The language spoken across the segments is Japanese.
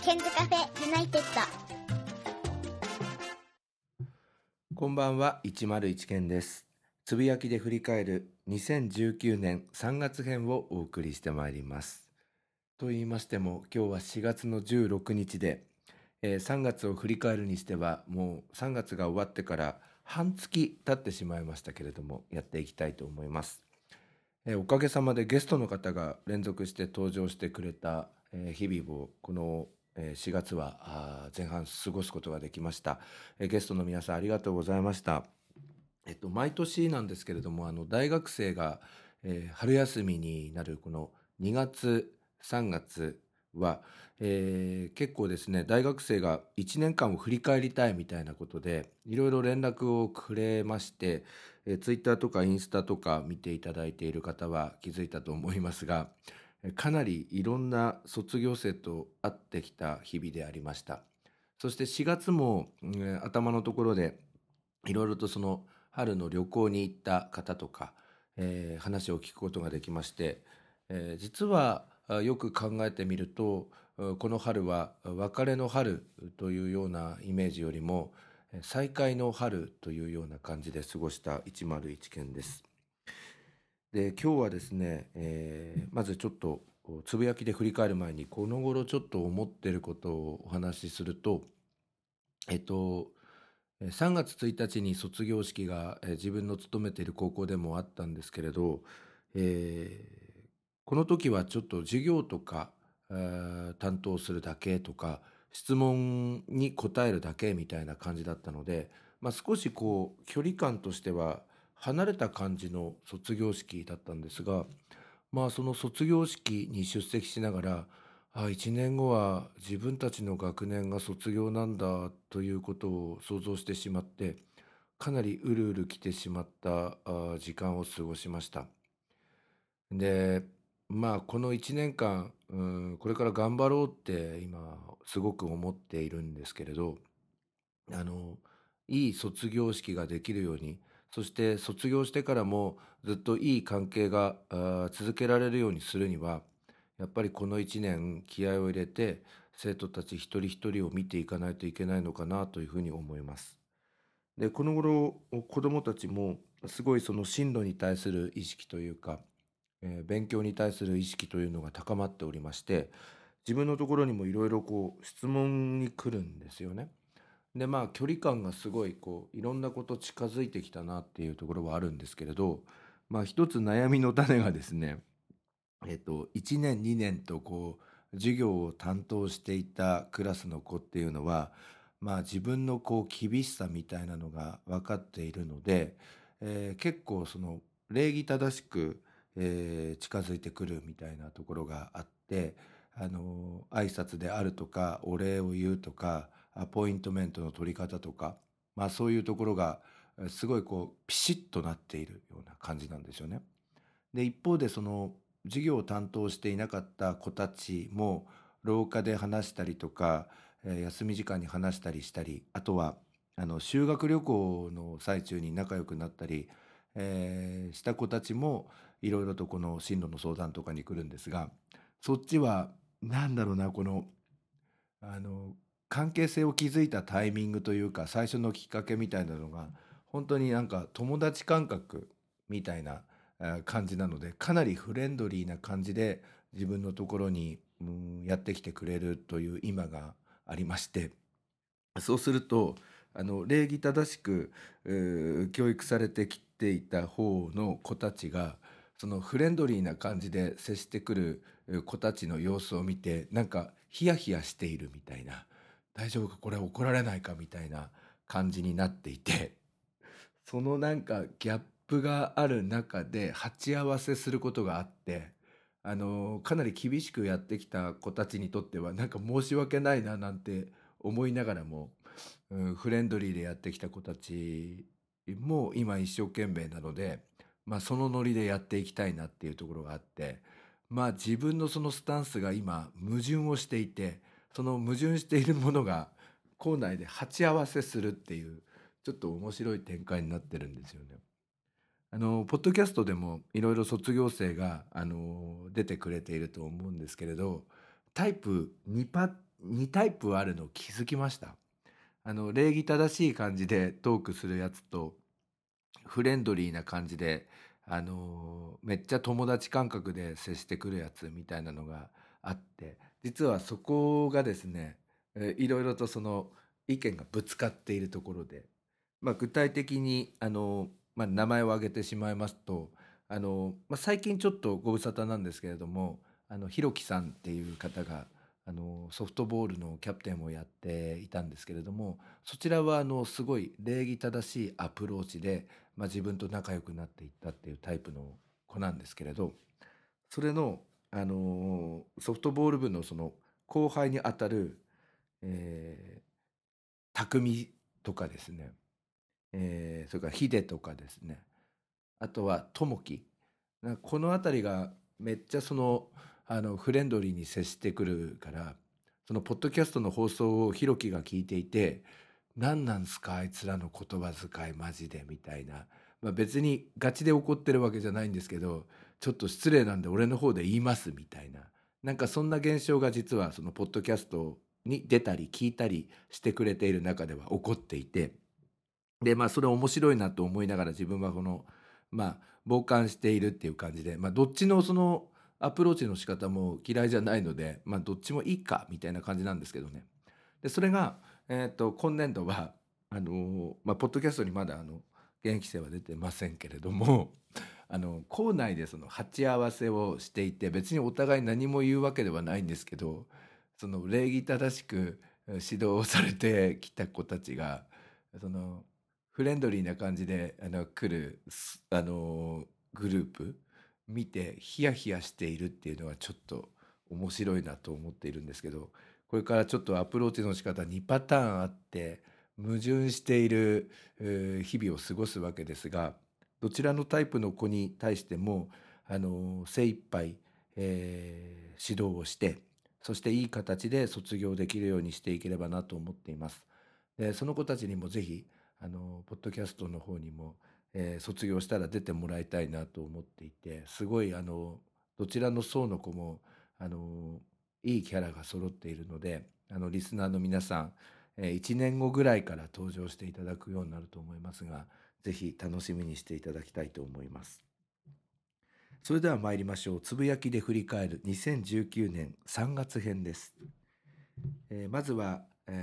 ケンズカフェユナイテッド。 こんばんは、101ケンです。つぶやきで振り返る2019年3月編をお送りしてまいります。と言いましても、今日は4月の16日で、3月を振り返るにしては、もう3月が終わってから半月経ってしまいましたけれども、やっていきたいと思います。おかげさまでゲストの方が連続して登場してくれた、日々をこの4月は前半過ごすことができました。ゲストの皆さんありがとうございました。毎年なんですけれども、大学生が、春休みになるこの2月、3月は、結構ですね、大学生が1年間を振り返りたいみたいなことで、いろいろ連絡をくれまして、ツイッターとかインスタとか見ていただいている方は気づいたと思いますが、かなりいろんな卒業生と会ってきた日々でありました。そして4月も、頭のところでいろいろとその春の旅行に行った方とか、話を聞くことができまして、実はよく考えてみると、この春は別れの春というようなイメージよりも再会の春というような感じで過ごした101件です。で、今日はですね、まずちょっとつぶやきで振り返る前にこの頃ちょっと思っていることをお話しすると、えっと3月1日に卒業式が自分の勤めている高校でもあったんですけれど、えーこの時はちょっと授業とか、担当するだけとか、質問に答えるだけみたいな感じだったので、少しこう距離感としては離れた感じの卒業式だったんですが、その卒業式に出席しながら、1年後は自分たちの学年が卒業なんだということを想像してしまって、かなりうるうる来てしまった時間を過ごしました。で、この1年間、これから頑張ろうって今すごく思っているんですけれど、あの、いい卒業式ができるように、そして卒業してからもずっといい関係が続けられるようにするには、やっぱりこの1年気合を入れて生徒たち一人一人を見ていかないといけないのかなというふうに思います。で、この頃子どもたちもすごいその進路に対する意識というか、勉強に対する意識というのが高まっておりまして、自分のところにもいろいろこう質問に来るんですよね。で、距離感がすごいこういろんなこと近づいてきたなっていうところはあるんですけれど、一つ悩みの種がですね、1年2年とこう授業を担当していたクラスの子っていうのは、自分のこう厳しさみたいなのが分かっているので、結構その礼儀正しく、近づいてくるみたいなところがあって、挨拶であるとかお礼を言うとかアポイントメントの取り方とか、そういうところがすごいこうピシッとなっているような感じなんですよね。で、一方でその授業を担当していなかった子たちも廊下で話したりとか、休み時間に話したりしたり、あとは修学旅行の最中に仲良くなったり、した子たちもいろいろとこの進路の相談とかに来るんですが、そっちはなんだろうな、このあの関係性を築いたタイミングというか最初のきっかけみたいなのが本当になんか友達感覚みたいな感じなので、かなりフレンドリーな感じで自分のところにやってきてくれるという今がありまして、そうすると礼儀正しく教育されてきていた方の子たちがそのフレンドリーな感じで接してくる子たちの様子を見て、なんかヒヤヒヤしているみたいな、大丈夫かこれ怒られないかみたいな感じになっていて、そのなんかギャップがある中で鉢合わせすることがあって、かなり厳しくやってきた子たちにとってはなんか申し訳ないななんて思いながらも、フレンドリーでやってきた子たちも今一生懸命なので、そのノリでやっていきたいなっていうところがあって、自分のそのスタンスが今矛盾をしていて、その矛盾しているものが校内で鉢合わせするっていう、ちょっと面白い展開になってるんですよね。ポッドキャストでもいろいろ卒業生が、出てくれていると思うんですけれど、タイプ2 2タイプあるの気づきました。礼儀正しい感じでトークするやつと、フレンドリーな感じで、めっちゃ友達感覚で接してくるやつみたいなのがあって、実はそこがですね、いろいろとその意見がぶつかっているところで、具体的に名前を挙げてしまいますと、最近ちょっとご無沙汰なんですけれども、ひろきさんっていう方がソフトボールのキャプテンをやっていたんですけれども、そちらはすごい礼儀正しいアプローチで、自分と仲良くなっていったっていうタイプの子なんですけれど、それの、ソフトボール部のその後輩にあたる、え匠とかですね、それからヒデとかですね、あとはともき、この辺りがめっちゃフレンドリーに接してくるから、そのポッドキャストの放送をひろきが聞いていて、何なんすかあいつらの言葉遣いマジでみたいな、別にガチで怒ってるわけじゃないんですけど、ちょっと失礼なんで俺の方で言いますみたいな、なんかそんな現象が実はそのポッドキャストに出たり聞いたりしてくれている中では起こっていて、でそれ面白いなと思いながら、自分は傍観しているっていう感じで、どっちのそのアプローチの仕方も嫌いじゃないので、どっちもいいかみたいな感じなんですけどね。でそれが、今年度はポッドキャストにまだ現役生は出てませんけれども、校内でその鉢合わせをしていて、別にお互い何も言うわけではないんですけど、その礼儀正しく指導をされてきた子たちが、そのフレンドリーな感じで来るグループ見てヒヤヒヤしているっていうのはちょっと面白いなと思っているんですけど、これからちょっとアプローチの仕方2パターンあって、矛盾している日々を過ごすわけですが、どちらのタイプの子に対しても精一杯、指導をして、そしていい形で卒業できるようにしていければなと思っています。でその子たちにもぜひポッドキャストの方にも、卒業したら出てもらいたいなと思っていて、すごいどちらの層の子もいいキャラが揃っているので、リスナーの皆さん、1年後ぐらいから登場していただくようになると思いますが、ぜひ楽しみにしていただきたいと思います。それでは参りましょう。つぶやきで振り返る2019年3月編です。まずは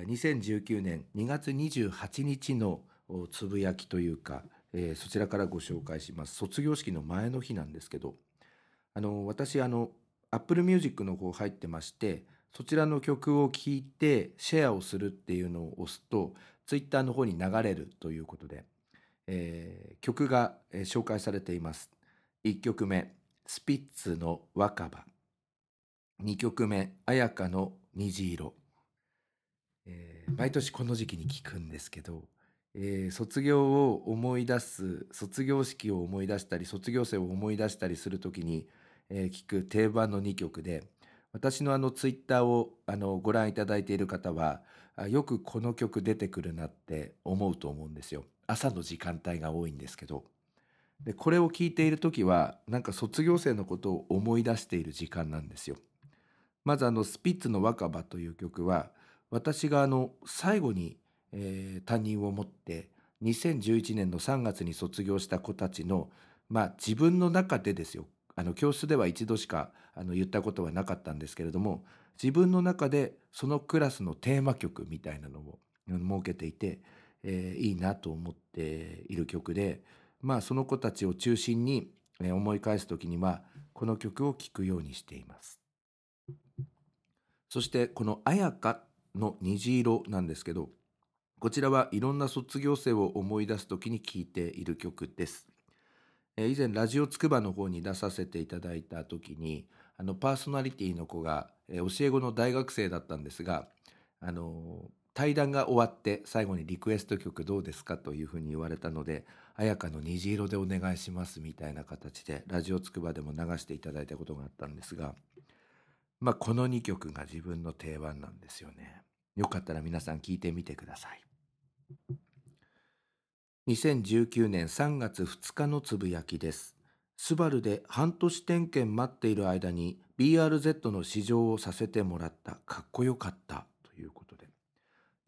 2019年2月28日のつぶやきというか、そちらからご紹介します。卒業式の前の日なんですけど、私Apple Music の方入ってまして、そちらの曲を聴いてシェアをするっていうのを押すと Twitter の方に流れるということで、曲が、紹介されています。1曲目スピッツの若葉、2曲目綾香の虹色。毎年この時期に聞くんですけど、卒業を思い出す、卒業式を思い出したり卒業生を思い出したりするときに、聞く定番の2曲で、私のツイッターをご覧いただいている方はよくこの曲出てくるなって思うと思うんですよ。朝の時間帯が多いんですけど、でこれを聞いているときはなんか卒業生のことを思い出している時間なんですよ。まずスピッツの若葉という曲は、私が最後に、担任を持って2011年の3月に卒業した子たちの、自分の中でですよ、教室では一度しか言ったことはなかったんですけれども、自分の中でそのクラスのテーマ曲みたいなのを設けていて、いいなと思っている曲で、その子たちを中心に、思い返す時にはこの曲を聴くようにしています。そしてこの綾香の虹色なんですけど、こちらはいろんな卒業生を思い出すときに聴いている曲です。以前ラジオつくばの方に出させていただいた時に、パーソナリティの子が、教え子の大学生だったんですが、対談が終わって最後にリクエスト曲どうですかというふうに言われたので、綾香の虹色でお願いしますみたいな形でラジオつくばでも流していただいたことがあったんですが、この2曲が自分の定番なんですよね。よかったら皆さん聞いてみてください。2019年3月2日のつぶやきです。スバルで半年点検待っている間に BRZ の試乗をさせてもらった。かっこよかった。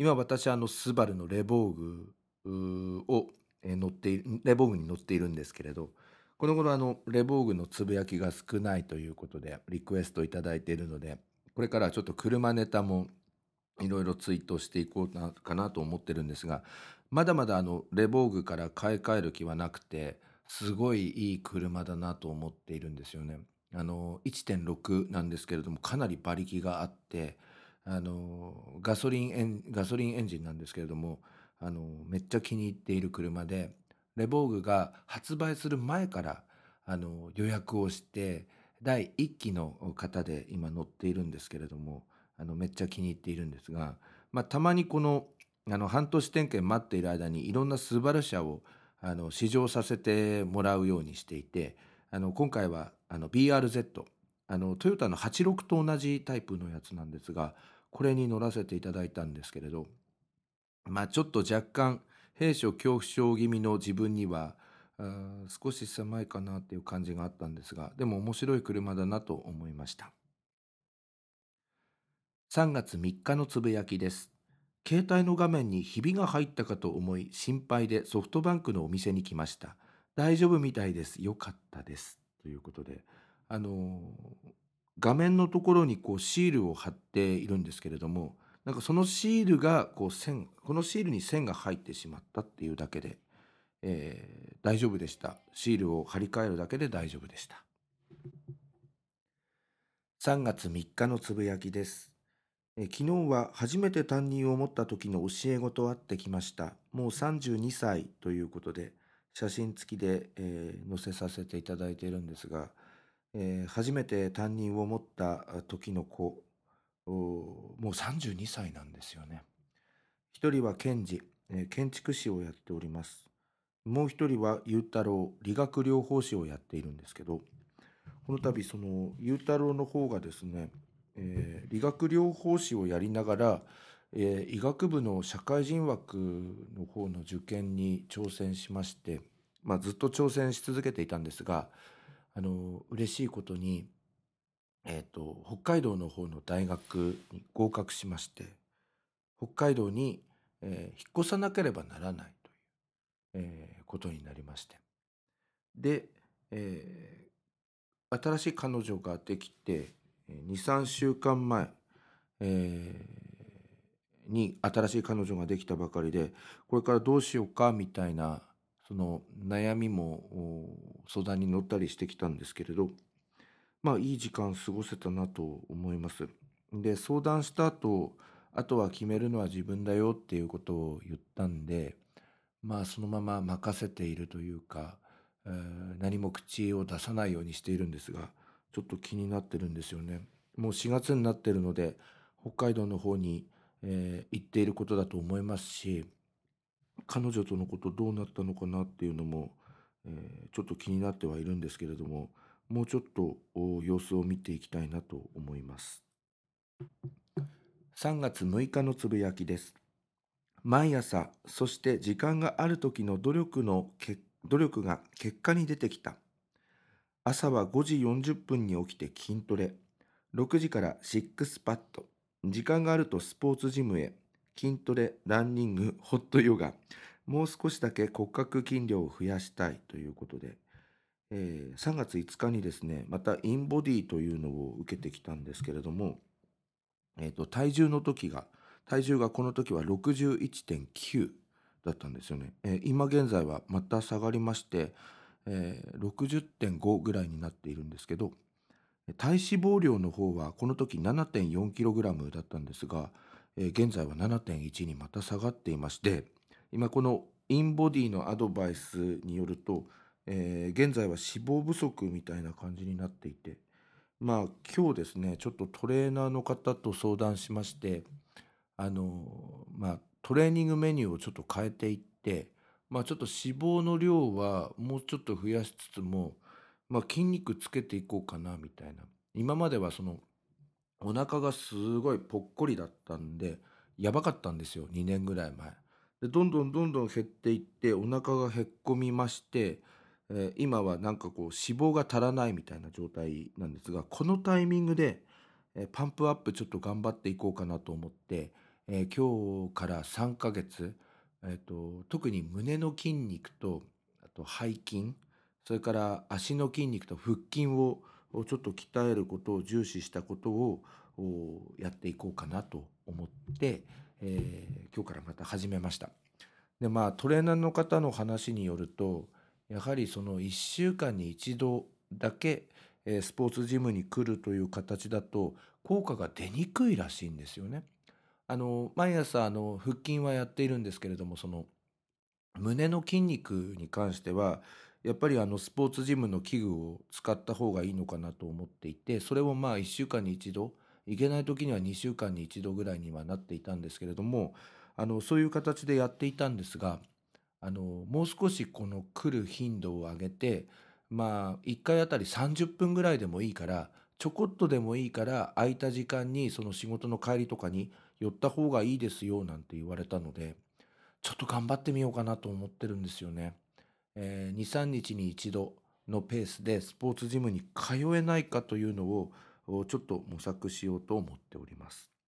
今私スバルのレボーグを、レボーグに乗っているんですけれど、この頃レボーグのつぶやきが少ないということでリクエストいただいているので、これからはちょっと車ネタもいろいろツイートしていこうかなと思ってるんですが、まだまだレボーグから買い替える気はなくて、すごいいい車だなと思っているんですよね。1.6なんですけれども、かなり馬力があって、ガソリンエンジンなんですけれども、めっちゃ気に入っている車で、レボーグが発売する前から予約をして、第1期の方で今乗っているんですけれども、めっちゃ気に入っているんですが、たまにこの半年点検待っている間にいろんなスバル車を試乗させてもらうようにしていて、今回はBRZ、トヨタの86と同じタイプのやつなんですが、これに乗らせていただいたんですけれど、ちょっと若干兵所恐怖症気味の自分には少し狭いかなっていう感じがあったんですが、でも面白い車だなと思いました。3月3日のつぶやきです。携帯の画面にひびが入ったかと思い心配でソフトバンクのお店に来ました。大丈夫みたいです。よかったです。ということで、あの画面のところにこうシールを貼っているんですけれども、なんかそのシールがこのシールに線が入ってしまったっていうだけで、大丈夫でした。シールを貼り替えるだけで大丈夫でした。3月3日のつぶやきです。昨日は初めて担任を持った時の教え子と会ってきました。もう32歳ということで、写真付きで、載せさせていただいているんですが、初めて担任を持った時の子、もう32歳なんですよね。一人は検事、建築士をやっております。もう一人は雄太郎、理学療法士をやっているんですけど、この度その雄太郎の方がですね、理学療法士をやりながら、医学部の社会人枠の方の受験に挑戦しまして、ずっと挑戦し続けていたんですが、嬉しいことに、北海道の方の大学に合格しまして、北海道に、引っ越さなければならないという、ことになりまして。で、新しい彼女ができて、2、3週間前、に新しい彼女ができたばかりで、これからどうしようかみたいな、その悩みも相談に乗ったりしてきたんですけれど、いい時間過ごせたなと思います。で、相談した後、あとは決めるのは自分だよっていうことを言ったんで、そのまま任せているというか、何も口を出さないようにしているんですが、ちょっと気になってるんですよね。もう4月になってるので、北海道の方に、行っていることだと思いますし、彼女とのことどうなったのかなっていうのも、ちょっと気になってはいるんですけれども、もうちょっと様子を見ていきたいなと思います。3月6日のつぶやきです。毎朝、そして時間がある時の努力が結果に出てきた。朝は5時40分に起きて筋トレ。6時からシックスパッド。時間があるとスポーツジムへ。筋トレ、ランニング、ホットヨガ。もう少しだけ骨格筋量を増やしたいということで、3月5日にですね、またインボディというのを受けてきたんですけれども、体重がこの時は61.9だったんですよね。今現在はまた下がりまして、60.5ぐらいになっているんですけど、体脂肪量の方はこの時 7.4kg だったんですが、現在は 7.1 にまた下がっていまして、今このインボディのアドバイスによると、現在は脂肪不足みたいな感じになっていて、今日ですね、ちょっとトレーナーの方と相談しまして、トレーニングメニューをちょっと変えていって、ちょっと脂肪の量はもうちょっと増やしつつも、筋肉つけていこうかなみたいな。今まではそのお腹がすごいぽっこりだったんで、やばかったんですよ、2年ぐらい前。で、どんどんどんどん減っていって、お腹がへっこみまして、今はなんかこう脂肪が足らないみたいな状態なんですが、このタイミングで、パンプアップちょっと頑張っていこうかなと思って、 今日から3ヶ月、特に胸の筋肉と、あと背筋、それから足の筋肉と腹筋をちょっと鍛えることを重視したことをやっていこうかなと思って、今日からまた始めました。で、トレーナーの方の話によると、やはりその1週間に1度だけ、スポーツジムに来るという形だと、効果が出にくいらしいんですよね。毎朝腹筋はやっているんですけれども、その胸の筋肉に関しては、やっぱりスポーツジムの器具を使った方がいいのかなと思っていて、それを1週間に1度、いけない時には2週間に1度ぐらいにはなっていたんですけれども、そういう形でやっていたんですが、もう少しこの来る頻度を上げて、1回あたり30分ぐらいでもいいから、ちょこっとでもいいから空いた時間にその仕事の帰りとかに寄った方がいいですよなんて言われたので、ちょっと頑張ってみようかなと思ってるんですよね。2、3日に1度のペースでスポーツジムに通えないかというのをちょっと模索しようと思っております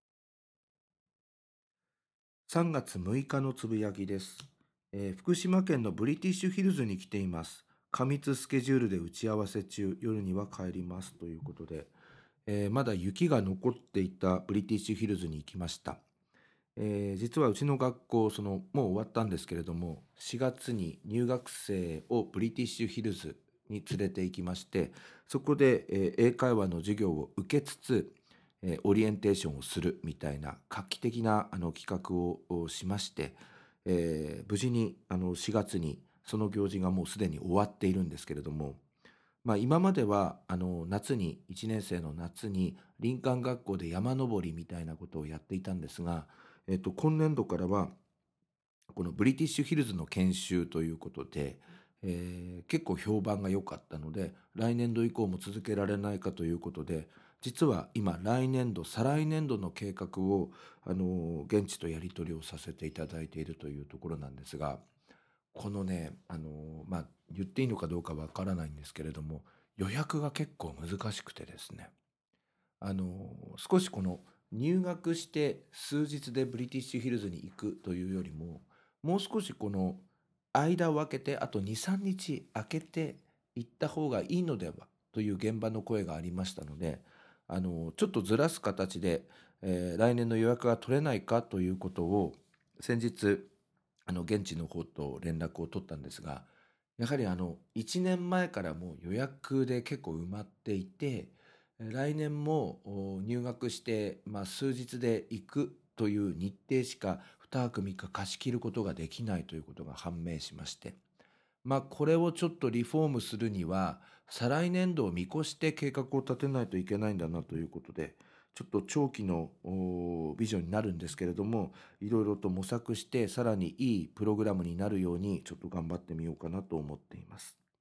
。3月6日のつぶやきです。福島県のブリティッシュヒルズに来ています。過密スケジュールで打ち合わせ中、夜には帰りますということで、まだ雪が残っていたブリティッシュヒルズに行きました。実はうちの学校、もう終わったんですけれども、4月に入学生をブリティッシュヒルズに連れて行きまして、そこで、英会話の授業を受けつつ、オリエンテーションをするみたいな画期的な企画をしまして、無事に4月にその行事がもうすでに終わっているんですけれども、今までは夏に1年生の夏に林間学校で山登りみたいなことをやっていたんですが、今年度からはこのブリティッシュヒルズの研修ということで、結構評判が良かったので、来年度以降も続けられないかということで、実は今来年度再来年度の計画を現地とやり取りをさせていただいているというところなんですが、このね、言っていいのかどうかわからないんですけれども、予約が結構難しくてですね、少しこの入学して数日でブリティッシュヒルズに行くというよりも、もう少しこの間を空けて、あと2、3日空けて行った方がいいのではという現場の声がありましたので、ちょっとずらす形で、来年の予約が取れないかということを先日、現地の方と連絡を取ったんですが、やはり1年前からもう予約で結構埋まっていて、来年も入学して、数日で行くという日程しか2泊3日貸し切ることができないということが判明しまして、これをちょっとリフォームするには、再来年度を見越して計画を立てないといけないんだなということで、ちょっと長期のビジョンになるんですけれども、いろいろと模索して、さらにいいプログラムになるように、ちょっと頑張ってみようかなと思っています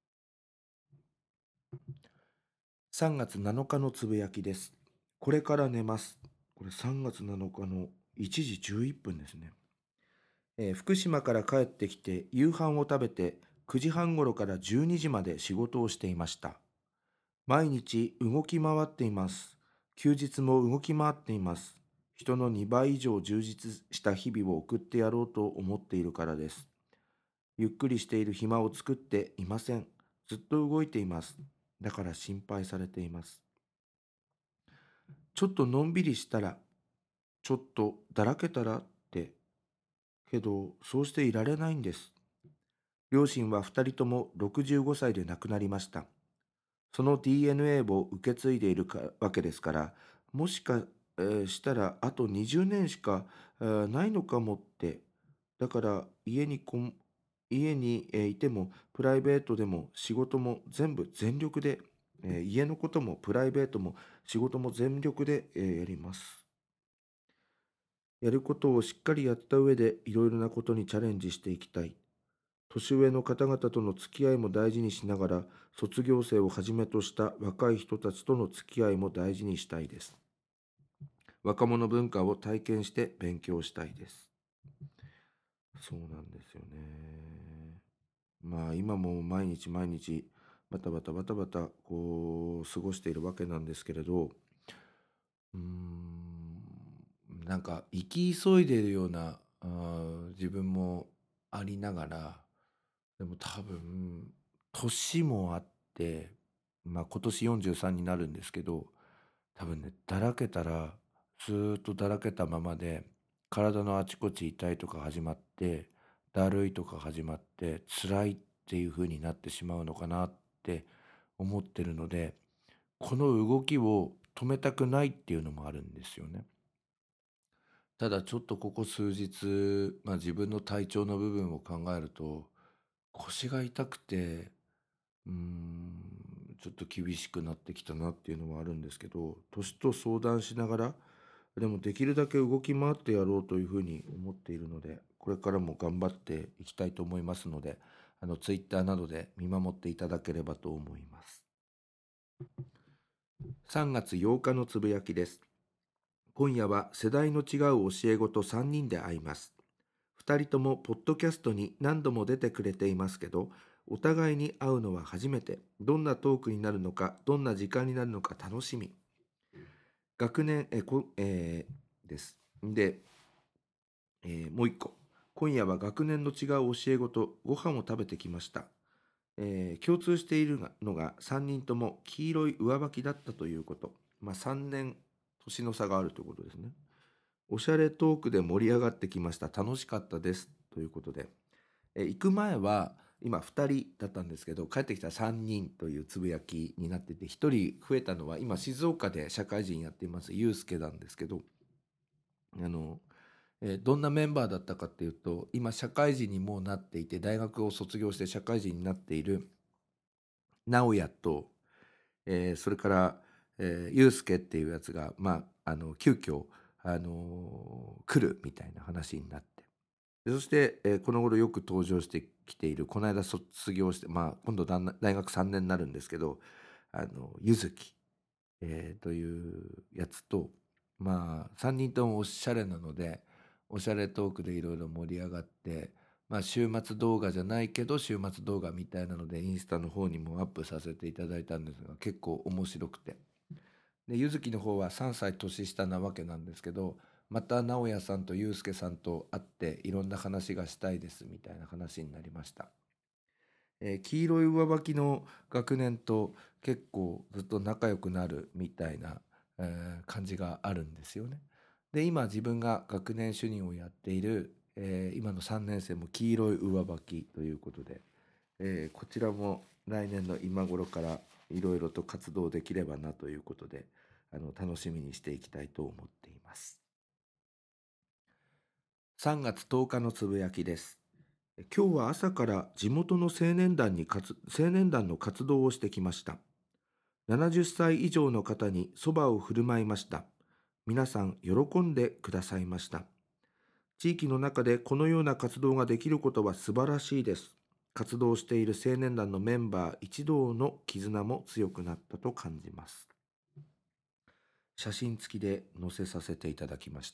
。3月7日のつぶやきです。これから寝ます。これ3月7日の1時11分ですね。福島から帰ってきて夕飯を食べて9時半頃から12時まで仕事をしていました。毎日動き回っています。休日も動き回っています。人の2倍以上充実した日々を送ってやろうと思っているからです。ゆっくりしている暇を作っていません。ずっと動いています。だから心配されています。ちょっとのんびりしたら、ちょっとだらけたらって、けどそうしていられないんです。両親は2人とも65歳で亡くなりました。その DNA を受け継いでいるわけですから、もしか、したらあと20年しか、ないのかもって。だから家に、いてもプライベートでも仕事も全部全力で、家のこともプライベートも仕事も全力で、やります。やることをしっかりやった上でいろいろなことにチャレンジしていきたい。年上の方々との付き合いも大事にしながら、卒業生をはじめとした若い人たちとの付き合いも大事にしたいです。若者文化を体験して勉強したいです。そうなんですよね。今も毎日毎日バタバタバタバタ過ごしているわけなんですけれど、うーんなんか生き急いでいるような自分もありながら、でも多分年もあって、今年43になるんですけど、多分ね、だらけたらずーっとだらけたままで、体のあちこち痛いとか始まって、だるいとか始まって辛いっていう風になってしまうのかなって思ってるので、この動きを止めたくないっていうのもあるんですよね。ただちょっとここ数日、自分の体調の部分を考えると、腰が痛くて、ちょっと厳しくなってきたなっていうのもあるんですけど、年と相談しながら、でもできるだけ動き回ってやろうというふうに思っているので、これからも頑張っていきたいと思いますので、ツイッターなどで見守っていただければと思います。3月8日のつぶやきです。今夜は世代の違う教え子と3人で会います。2人ともポッドキャストに何度も出てくれていますけど、お互いに会うのは初めて。どんなトークになるのか、どんな時間になるのか楽しみ。学年です。で、もう一個。今夜は学年の違う教え子とご飯を食べてきました。共通しているのが3人とも黄色い上履きだったということ。3年年の差があるということですね。おしゃれトークで盛り上がってきました。楽しかったですということで、行く前は今2人だったんですけど、帰ってきたら3人というつぶやきになってて、1人増えたのは今静岡で社会人やっていますゆうすけなんですけど、あの、どんなメンバーだったかっていうと、今社会人にもうなっていて、大学を卒業して社会人になっている直哉と、それから、ゆうすけっていうやつが、急遽、来るみたいな話になって、でそして、この頃よく登場してきている、この間卒業して、今度大学3年になるんですけど、ゆずき、というやつと、3人ともおしゃれなので、おしゃれトークでいろいろ盛り上がって、週末動画じゃないけど、週末動画みたいなので、インスタの方にもアップさせていただいたんですが、結構面白くて。で、ゆずきの方は3歳年下なわけなんですけど、また直哉さんとゆうすけさんと会っていろんな話がしたいですみたいな話になりました。黄色い上履きの学年と結構ずっと仲良くなるみたいな、感じがあるんですよね。で、今自分が学年主任をやっている、今の3年生も黄色い上履きということで、こちらも来年の今頃からいろいろと活動できればなということで、楽しみにしていきたいと思っています。3月10日のつぶやきです。今日は朝から地元の青年団の活動をしてきました。70歳以上の方にそばを振る舞いました。皆さん喜んでくださいました。地域の中でこのような活動ができることは素晴らしいです。活動している青年団のメンバー一同の絆も強くなったと感じます。写真付きで載せさせていただきました。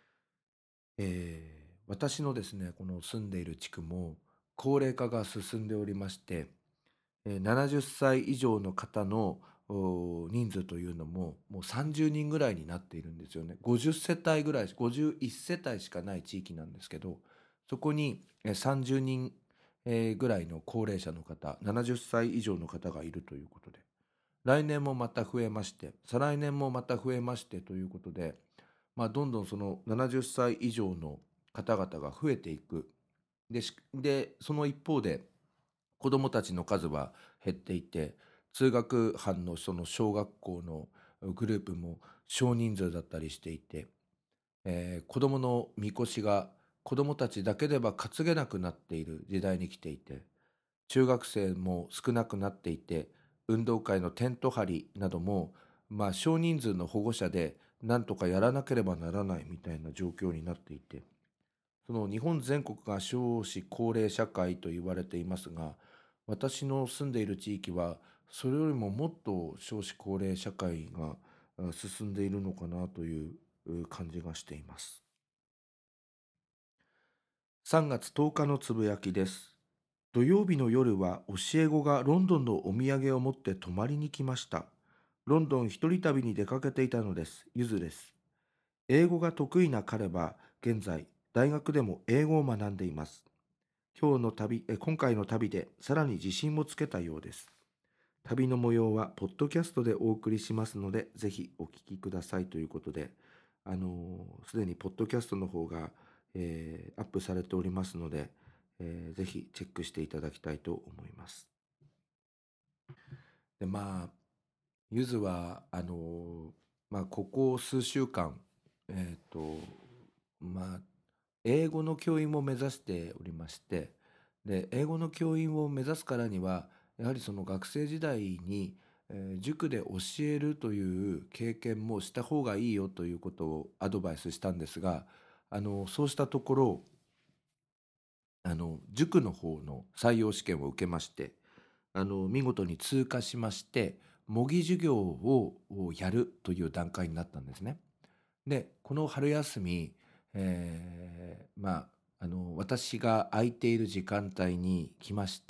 私のですね、この住んでいる地区も高齢化が進んでおりまして、70歳以上の方の人数というのももう30人ぐらいになっているんですよね。50世帯ぐらい、51世帯しかない地域なんですけど、そこに30人ぐらいの高齢者の方、70歳以上の方がいるということで、来年もまた増えまして、再来年もまた増えましてということで、どんどんその70歳以上の方々が増えていく。で、その一方で子どもたちの数は減っていて、通学班のその小学校のグループも少人数だったりしていて、子どものみこしが子どもたちだけでは担げなくなっている時代に来ていて、中学生も少なくなっていて、運動会のテント張りなども、少人数の保護者でなんとかやらなければならないみたいな状況になっていて、その日本全国が少子高齢社会と言われていますが、私の住んでいる地域はそれよりももっと少子高齢社会が進んでいるのかなという感じがしています。3月10日のつぶやきです。土曜日の夜は教え子がロンドンのお土産を持って泊まりに来ました。ロンドン一人旅に出かけていたのです。ゆずです。 英語が得意な彼は現在大学でも英語を学んでいます。今回の旅でさらに自信もつけたようです。旅の模様はポッドキャストでお送りしますので、ぜひお聞きくださいということで、すでにポッドキャストの方が、アップされておりますので、ぜひチェックしていただきたいと思います。で、ゆずは、ここ数週間、えっと、まあ、英語の教員も目指しておりまして、で、英語の教員を目指すからには、やはりその学生時代に、塾で教えるという経験もした方がいいよということをアドバイスしたんですが、そうしたところ、塾の方の採用試験を受けまして、見事に通過しまして、模擬授業をやるという段階になったんですね。で、この春休み、私が空いている時間帯に来まして、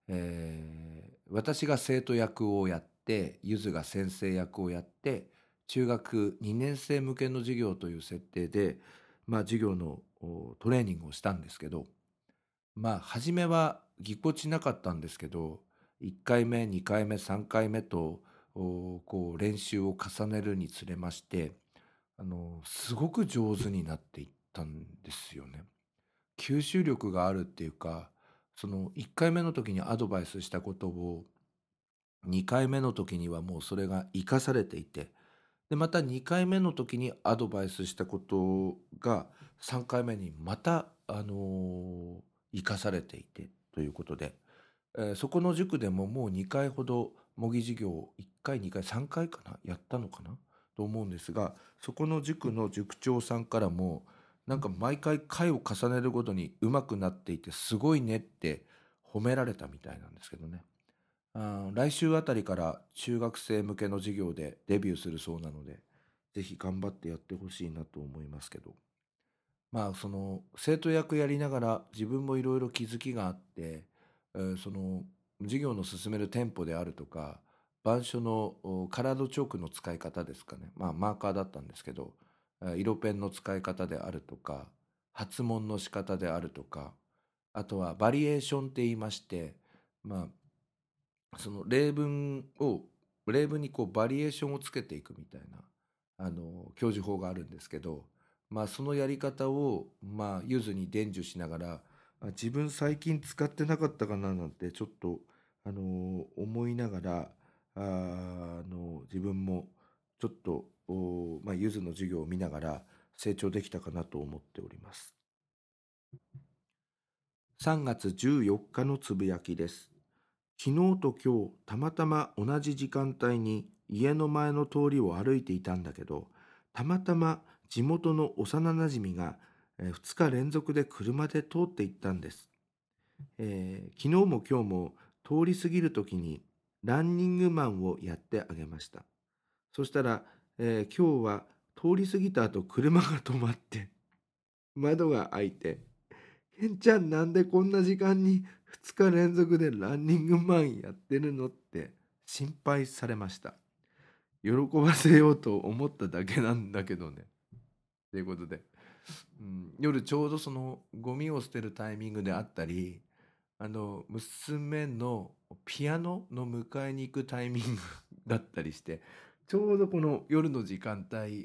私が生徒役をやって、ゆずが先生役をやって、中学2年生向けの授業という設定で、授業のトレーニングをしたんですけど、初めはぎこちなかったんですけど、1回目、2回目、3回目と、こう練習を重ねるにつれまして、すごく上手になっていったんですよね。吸収力があるっていうか、その1回目の時にアドバイスしたことを、2回目の時にはもうそれが活かされていて、で、また2回目の時にアドバイスしたことが3回目にまた、活かされていてということで、そこの塾でももう2回ほど模擬授業を1回、2回、3回かな、やったのかなと思うんですが、そこの塾の塾長さんからも、なんか毎回回を重ねるごとに上手くなっていてすごいねって褒められたみたいなんですけどね。来週あたりから中学生向けの授業でデビューするそうなので、ぜひ頑張ってやってほしいなと思いますけど。その生徒役やりながら自分もいろいろ気づきがあって、その授業の進めるテンポであるとか、板書のカラードチョークの使い方ですかね。マーカーだったんですけど、色ペンの使い方であるとか、発問の仕方であるとか、あとはバリエーションって言いまして、まその例文にこうバリエーションをつけていくみたいな、教授法があるんですけど、そのやり方を、ゆずに伝授しながら、自分最近使ってなかったかななんてちょっと、思いながら、自分もちょっと、ゆずの授業を見ながら成長できたかなと思っております。3月14日のつぶやきです。昨日と今日、たまたま同じ時間帯に家の前の通りを歩いていたんだけど、たまたま地元の幼なじみが2日連続で車で通っていったんです。昨日も今日も通り過ぎるときにランニングマンをやってあげました。そしたら、今日は通り過ぎた後車が止まって窓が開いて、ケンちゃんなんでこんな時間に2日連続でランニングマンやってるのって心配されました。喜ばせようと思っただけなんだけどね。ということで、夜ちょうどそのゴミを捨てるタイミングであったり、娘のピアノの迎えに行くタイミングだったりして、ちょうどこの夜の時間帯、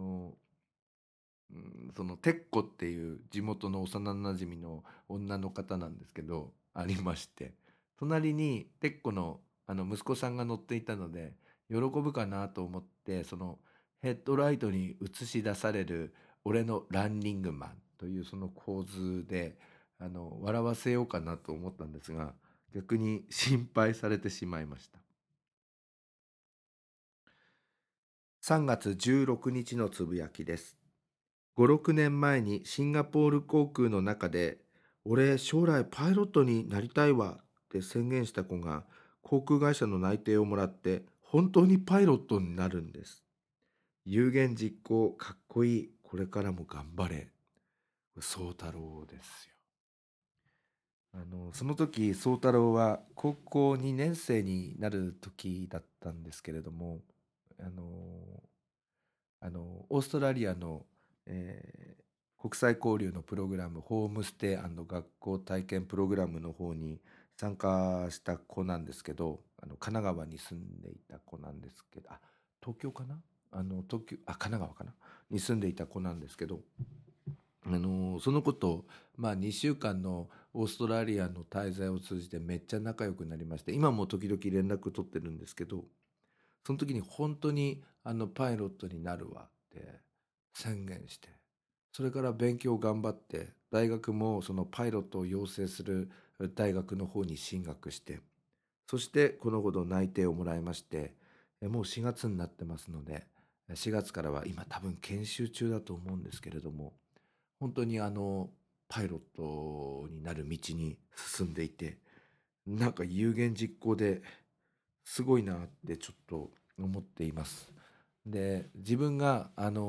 そのてっこっていう地元の幼なじみの女の方なんですけど、ありまして、隣にてっこの息子さんが乗っていたので、喜ぶかなと思って、そのヘッドライトに映し出される俺のランニングマンというその構図で笑わせようかなと思ったんですが、逆に心配されてしまいました。3月16日のつぶやきです。5、6年前にシンガポール航空の中で、俺将来パイロットになりたいわって宣言した子が航空会社の内定をもらって本当にパイロットになるんです。有言実行かっこいい。これからも頑張れ。宗太郎ですよ。その時宗太郎は高校2年生になる時だったんですけれども、あのオーストラリアの、国際交流のプログラム、ホームステイ学校体験プログラムの方に参加した子なんですけど、神奈川に住んでいた子なんですけど、東京かな、神奈川かなに住んでいた子なんですけど、その子と、2週間のオーストラリアの滞在を通じてめっちゃ仲良くなりまして、今も時々連絡取ってるんですけど、その時に本当にパイロットになるわって宣言して、それから勉強頑張って、大学もそのパイロットを養成する大学の方に進学して、そしてこのほど内定をもらいまして、もう4月になってますので、4月からは今多分研修中だと思うんですけれども、本当にパイロットになる道に進んでいて、なんか有言実行ですごいなってちょっと思っています。で、自分が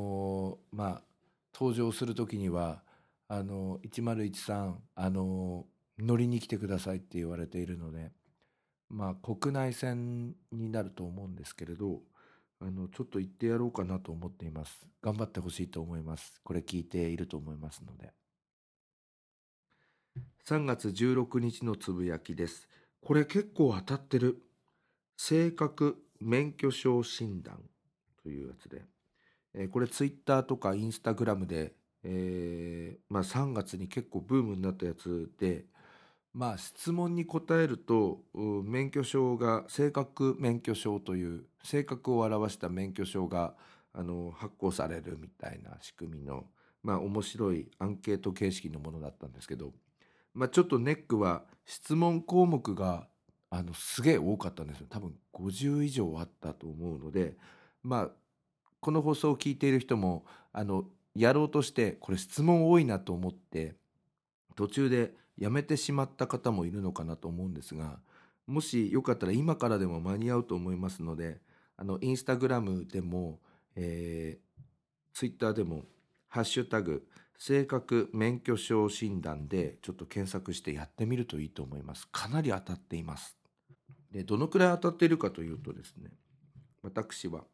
登場する時には101乗りに来てくださいって言われているので、国内線になると思うんですけれど、ちょっと行ってやろうかなと思っています。頑張ってほしいと思います。これ聞いていると思いますので。3月16日のつぶやきです。これ結構当たってる。性格免許証診断というやつで、これツイッターとかインスタグラムで、3月に結構ブームになったやつで、質問に答えると免許証が性格免許証という性格を表した免許証が発行されるみたいな仕組みの、面白いアンケート形式のものだったんですけど、ちょっとネックは質問項目がすげえ多かったんですよ。多分50以上あったと思うので、この放送を聞いている人もやろうとしてこれ質問多いなと思って途中でやめてしまった方もいるのかなと思うんですが、もしよかったら今からでも間に合うと思いますので、インスタグラムでも、ツイッターでもハッシュタグ性格免許証診断でちょっと検索してやってみるといいと思います。かなり当たっています。で、どのくらい当たっているかというとですね、私は、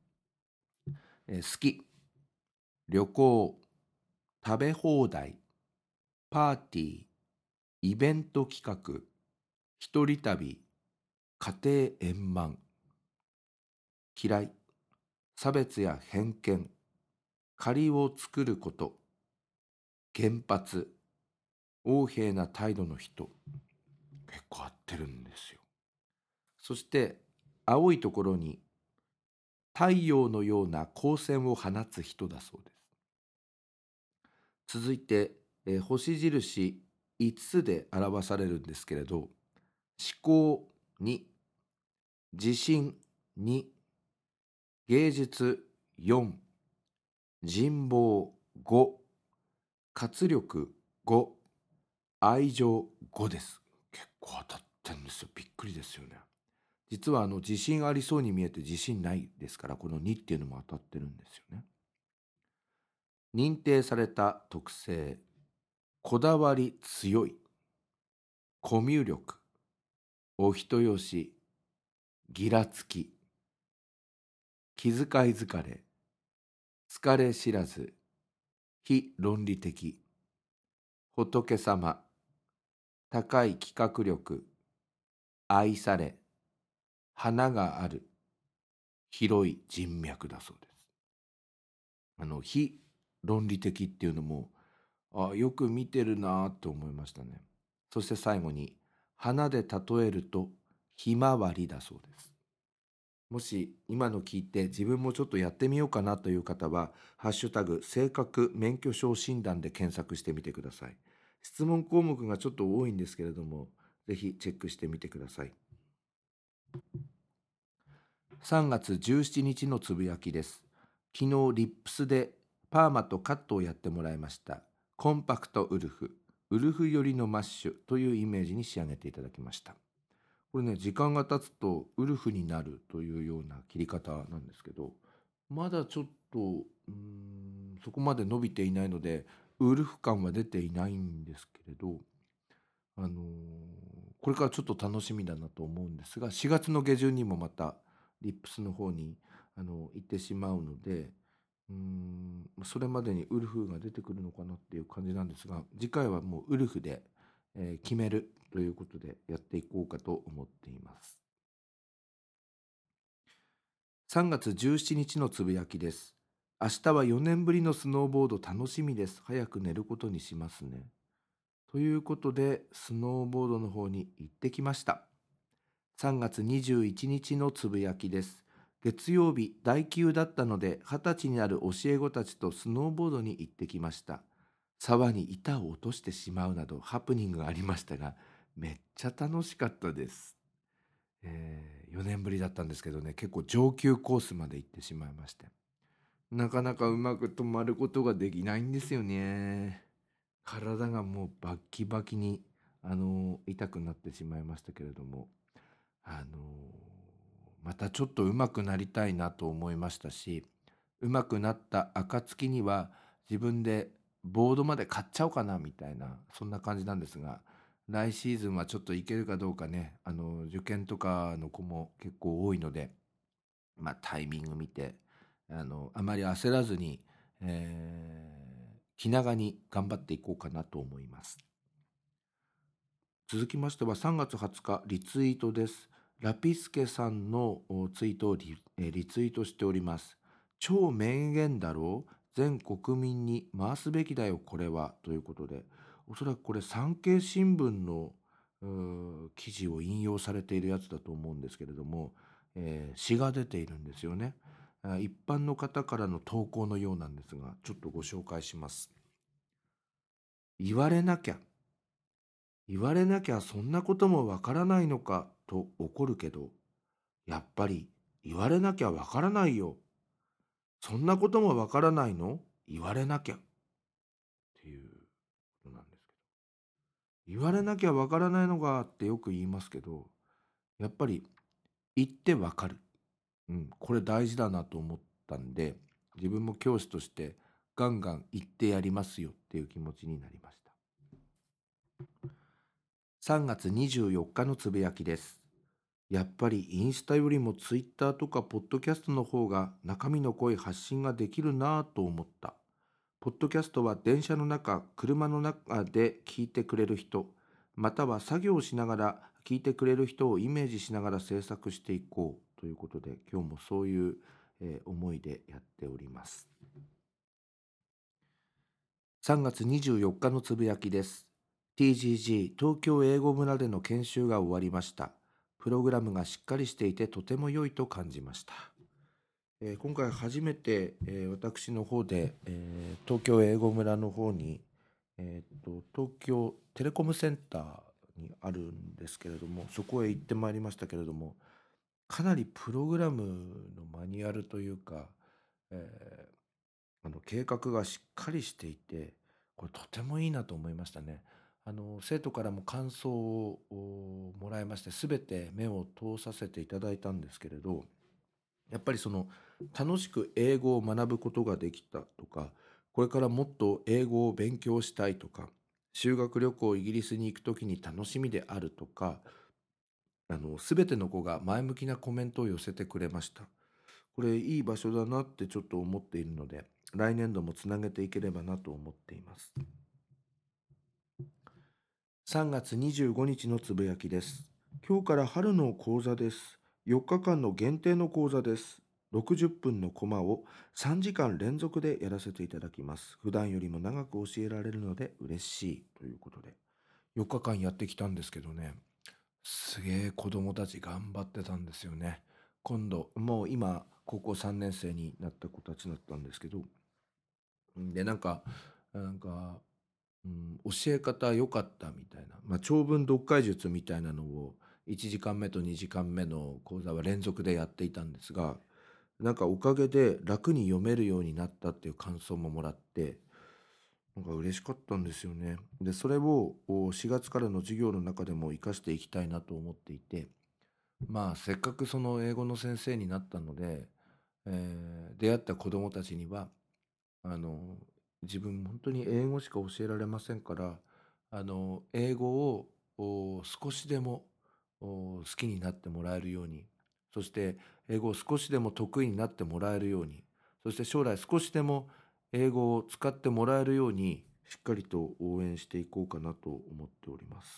好き、旅行、食べ放題、パーティー、イベント企画、一人旅、家庭円満、嫌い、差別や偏見、借りを作ること、原発、横柄な態度の人、結構合ってるんですよ。そして青いところに太陽のような光線を放つ人だそうです。続いて、星印5つで表されるんですけれど、思考に、自信に、芸術4、人望5、活力5、愛情5です。結構当たってんですよ。びっくりですよね。実は自信ありそうに見えて自信ないですから、この2っていうのも当たってるんですよね。認定された特性、こだわり強い、コミュ力、お人よし、ギラつき、気遣い疲れ、疲れ知らず、非論理的、仏様、高い企画力、愛され、花がある、広い人脈だそうです。非論理的っていうのも、よく見てるなと思いましたね。そして最後に、花で例えると、ひまわりだそうです。もし今の聞いて自分もちょっとやってみようかなという方は、ハッシュタグ性格免許証診断で検索してみてください。質問項目がちょっと多いんですけれども、ぜひチェックしてみてください。3月17日のつぶやきです。昨日リップスでパーマとカットをやってもらいました。コンパクトウルフ、ウルフ寄りのマッシュというイメージに仕上げていただきました。これね、時間が経つとウルフになるというような切り方なんですけど、まだちょっとそこまで伸びていないのでウルフ感は出ていないんですけれど、これからちょっと楽しみだなと思うんですが、4月の下旬にもまたリップスの方に行ってしまうので、 それまでにウルフが出てくるのかなっていう感じなんですが、次回はもうウルフで、決めるということでやっていこうかと思っています。3月17日のつぶやきです。明日は4年ぶりのスノーボード楽しみです。早く寝ることにしますね。ということで、スノーボードの方に行ってきました。3月21日のつぶやきです。月曜日、第9だったので、20歳になる教え子たちとスノーボードに行ってきました。沢に板を落としてしまうなどハプニングがありましたが、めっちゃ楽しかったです。4年ぶりだったんですけどね、結構上級コースまで行ってしまいまして。なかなかうまく止まることができないんですよね。体がもうバッキバキに、痛くなってしまいましたけれども、あのまたちょっと上手くなりたいなと思いましたし、上手くなった暁には自分でボードまで買っちゃおうかなみたいな、そんな感じなんですが、来シーズンはちょっといけるかどうかね、受験とかの子も結構多いので、タイミング見て、あまり焦らずに、気長に頑張っていこうかなと思います。続きましては3月20日リツイートです。ラピスケさんのツイートをリツイートしております。超名言だろう、全国民に回すべきだよこれは、ということで、おそらくこれ産経新聞の記事を引用されているやつだと思うんですけれども、詩が出ているんですよね。一般の方からの投稿のようなんですが、ちょっとご紹介します。言われなきゃ言われなきゃそんなこともわからないのかと怒るけど、やっぱり言われなきゃわからないよ。そんなこともわからないの、言われなきゃっていうことなんですけど。言われなきゃわからないのかってよく言いますけど、やっぱり言ってわかる。これ大事だなと思ったんで、自分も教師としてガンガン言ってやりますよっていう気持ちになりました。3月24日のつぶやきです。やっぱりインスタよりもツイッターとかポッドキャストの方が中身の濃い発信ができるなぁと思った。ポッドキャストは電車の中、車の中で聞いてくれる人、または作業をしながら聞いてくれる人をイメージしながら制作していこうということで、今日もそういう、思いでやっております。3月24日のつぶやきです。TGG 東京英語村での研修が終わりました。プログラムがしっかりしていてとても良いと感じました。今回初めて、私の方で、東京英語村の方に、東京テレコムセンターにあるんですけれども、そこへ行ってまいりましたけれども、かなりプログラムのマニュアルというか、え計画がしっかりしていて、これとてもいいなと思いましたね。生徒からも感想をもらいまして、すべて目を通させていただいたんですけれど、やっぱりその楽しく英語を学ぶことができたとか、これからもっと英語を勉強したいとか、修学旅行イギリスに行くときに楽しみであるとか、すべての子が前向きなコメントを寄せてくれました。これいい場所だなってちょっと思っているので、来年度もつなげていければなと思っています。3月25日のつぶやきです。今日から春の講座です。4日間の限定の講座です。60分のコマを3時間連続でやらせていただきます。普段よりも長く教えられるので嬉しいということで、4日間やってきたんですけどね、すげえ子供たち頑張ってたんですよね。今度、もう今、高校3年生になった子たちだったんですけど、で、教え方良かったみたいな、長文読解術みたいなのを1時間目と2時間目の講座は連続でやっていたんですが、おかげで楽に読めるようになったっていう感想ももらって、嬉しかったんですよね。で、それを4月からの授業の中でも活かしていきたいなと思っていて、せっかくその英語の先生になったので、出会った子どもたちには、あの、自分本当に英語しか教えられませんから、英語を少しでも好きになってもらえるように、そして英語を少しでも得意になってもらえるように、 そして将来少しでも英語を使ってもらえるようにしっかりと応援していこうかなと思っております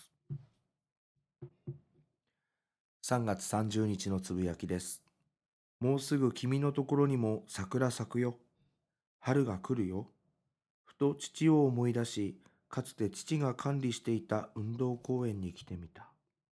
。3月30日のつぶやきです。もうすぐ君のところにも桜咲くよ。春が来るよ。ふと父を思い出し、かつて父が管理していた運動公園に来てみた。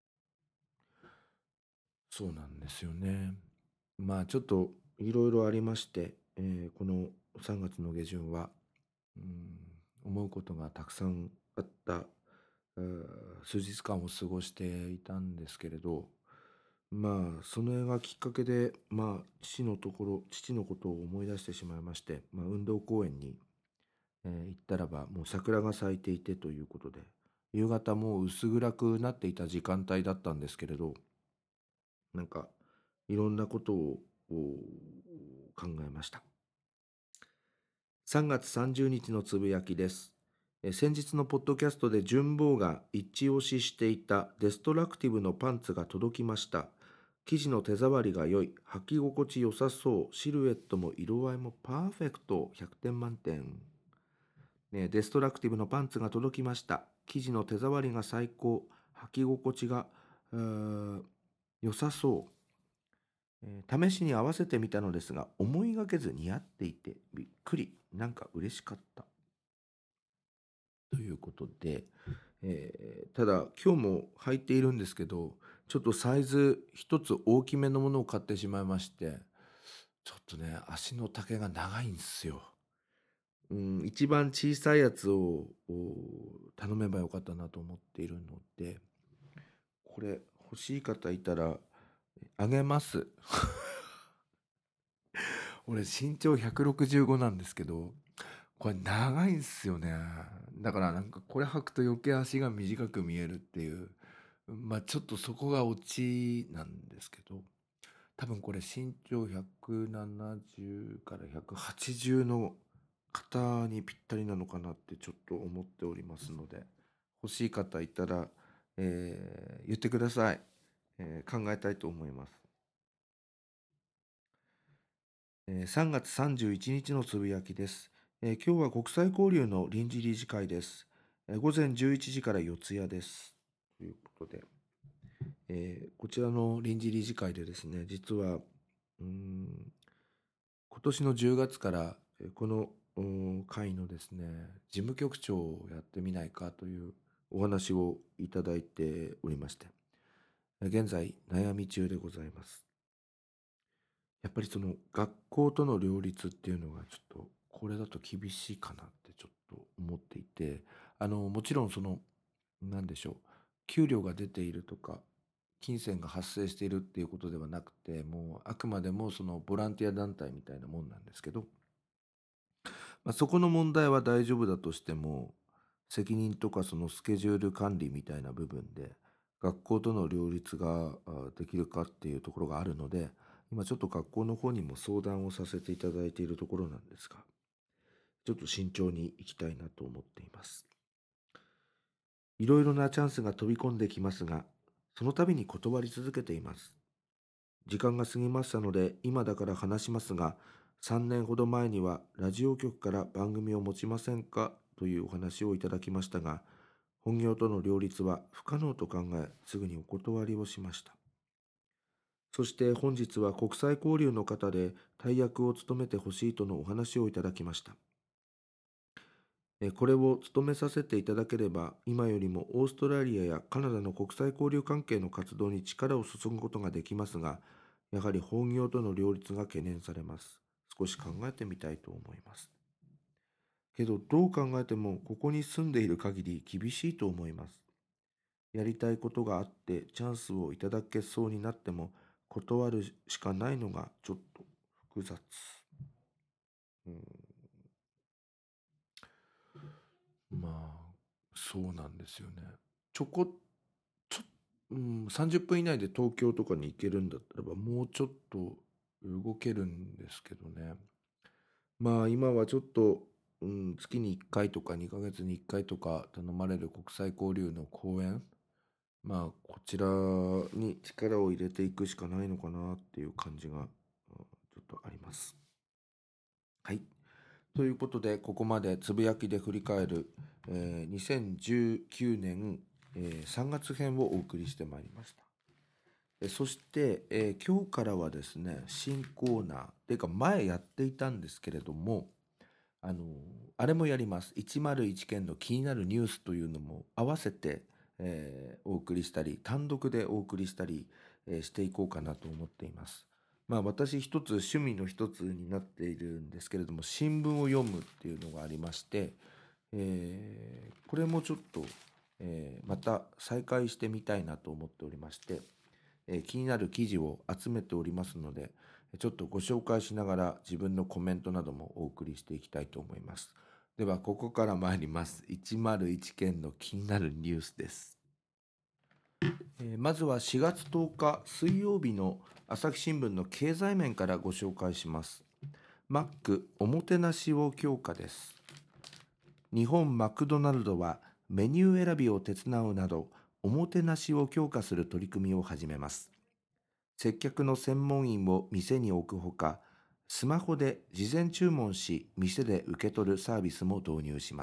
そうなんですよね。ちょっといろいろありまして、この3月の下旬は、思うことがたくさんあった、数日間を過ごしていたんですけれど、その絵がきっかけで、父のことを思い出してしまいまして、運動公園に、行ったらば、もう桜が咲いていてということで、夕方もう薄暗くなっていた時間帯だったんですけれど、なんか、いろんなことを考えました。3月30日のつぶやきです。先日のポッドキャストで順坊が一押ししていたデストラクティブのパンツが届きました。生地の手触りが良い、履き心地良さそう、シルエットも色合いもパーフェクト、100点満点。デストラクティブのパンツが届きました。生地の手触りが最高、履き心地が良さそう。試しに合わせてみたのですが、思いがけず似合っていてびっくり、なんか嬉しかったということで、ただ今日も履いているんですけど、ちょっとサイズ一つ大きめのものを買ってしまいまして、ちょっとね足の丈が長いんですよ。一番小さいやつを頼めばよかったなと思っているので、これ欲しい方いたらあげます。俺身長165なんですけど、これ長いんすよね。だからなんかこれ履くと余計足が短く見えるっていう、ちょっとそこがオチなんですけど、多分これ身長170から180の方にぴったりなのかなってちょっと思っておりますので、欲しい方いたら、言ってください。考えたいと思います。3月31日のつぶやきです。今日は国際交流の臨時理事会です。午前11時から四谷です。ということで、こちらの臨時理事会でですね、実は、今年の10月からこの会のですね、事務局長をやってみないかというお話をいただいておりまして、現在悩み中でございます。やっぱりその学校との両立っていうのがちょっとこれだと厳しいかなってちょっと思っていて、もちろんその、なんでしょう、給料が出ているとか、金銭が発生しているっていうことではなくて、もうあくまでもそのボランティア団体みたいなもんなんですけど、そこの問題は大丈夫だとしても、責任とかそのスケジュール管理みたいな部分で、学校との両立ができるかっていうところがあるので、今ちょっと学校の方にも相談をさせていただいているところなんですが、ちょっと慎重にいきたいなと思っています。いろいろなチャンスが飛び込んできますが、その度に断り続けています。時間が過ぎましたので、今だから話しますが、3年ほど前にはラジオ局から番組を持ちませんかというお話をいただきましたが、本業との両立は不可能と考え、すぐにお断りをしました。そして本日は国際交流の方で大役を務めてほしいとのお話をいただきました。これを務めさせていただければ、今よりもオーストラリアやカナダの国際交流関係の活動に力を注ぐことができますが、やはり本業との両立が懸念されます。少し考えてみたいと思います。けど、どう考えてもここに住んでいる限り厳しいと思います。やりたいことがあってチャンスをいただけそうになっても断るしかないのがちょっと複雑。うん、そうなんですよね。ちょこちょ、30分以内で東京とかに行けるんだったらばもうちょっと動けるんですけどね。今はちょっと、月に1回とか2ヶ月に1回とか頼まれる国際交流の講演、こちらに力を入れていくしかないのかなっていう感じが、ちょっとあります。 はい。ということで、ここまでつぶやきで振り返る、2019年、3月編をお送りしてまいりました。そして、今日からはですね、新コーナー、というか前やっていたんですけれども、あの、あれもやります。101件の気になるニュースというのも合わせて、お送りしたり、単独でお送りしたり、していこうかなと思っています。まあ私一つ趣味の一つになっているんですけれども、新聞を読むっていうのがありまして、これもちょっと、また再開してみたいなと思っておりまして、気になる記事を集めておりますので、ちょっとご紹介しながら自分のコメントなどもお送りしていきたいと思います。では、ここから参ります。101件の気になるニュースです。まずは4月10日水曜日の朝日新聞の経済面からご紹介します。マックおもてなしを強化です。日本マクドナルドはメニュー選びを手伝うなどおもてなしを強化する取り組みを始めます。接客の専門員を店に置くほか、スマホで事前注文し店で受け取るサービスも導入します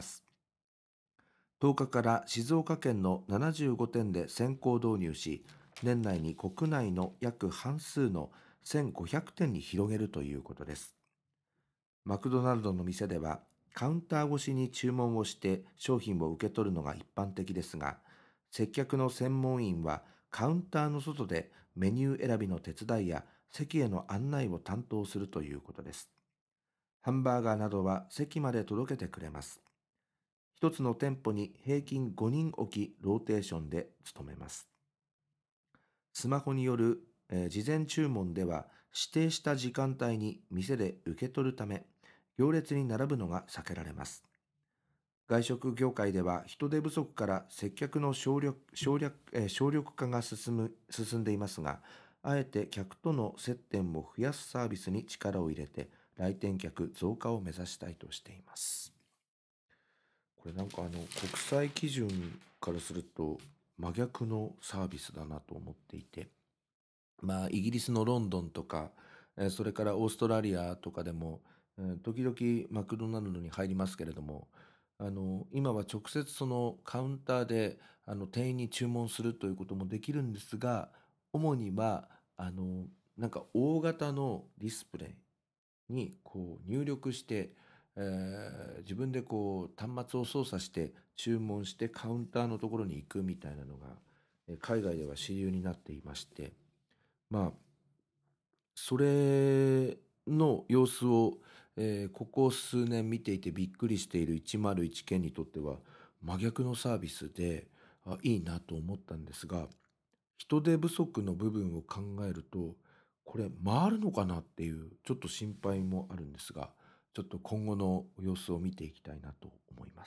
。10日から静岡県の75店で先行導入し、年内に国内の約半数の1500店に広げるということです。マクドナルドの店では、カウンター越しに注文をして商品を受け取るのが一般的ですが、接客の専門員はカウンターの外でメニュー選びの手伝いや席への案内を担当するということです。ハンバーガーなどは席まで届けてくれます。一つの店舗に平均5人置きローテーションで務めます。スマホによる、事前注文では指定した時間帯に店で受け取るため、行列に並ぶのが避けられます。外食業界では人手不足から接客の省力化が進んでいますが、あえて客との接点を増やすサービスに力を入れて、来店客増加を目指したいとしています。これなんか国際基準からすると真逆のサービスだなと思っていて、まあイギリスのロンドンとか、それからオーストラリアとかでも、時々マクドナルドに入りますけれども、今は直接そのカウンターで店員に注文するということもできるんですが、主にはなんか大型のディスプレイにこう入力して、自分でこう端末を操作して注文してカウンターのところに行くみたいなのが、海外では主流になっていまして、まあそれの様子を、ここ数年見ていてびっくりしている101件にとっては真逆のサービスで、いいなと思ったんですが、人手不足の部分を考えると、これ回るのかなっていうちょっと心配もあるんですが、ちょっと今後の様子を見ていきたいなと思います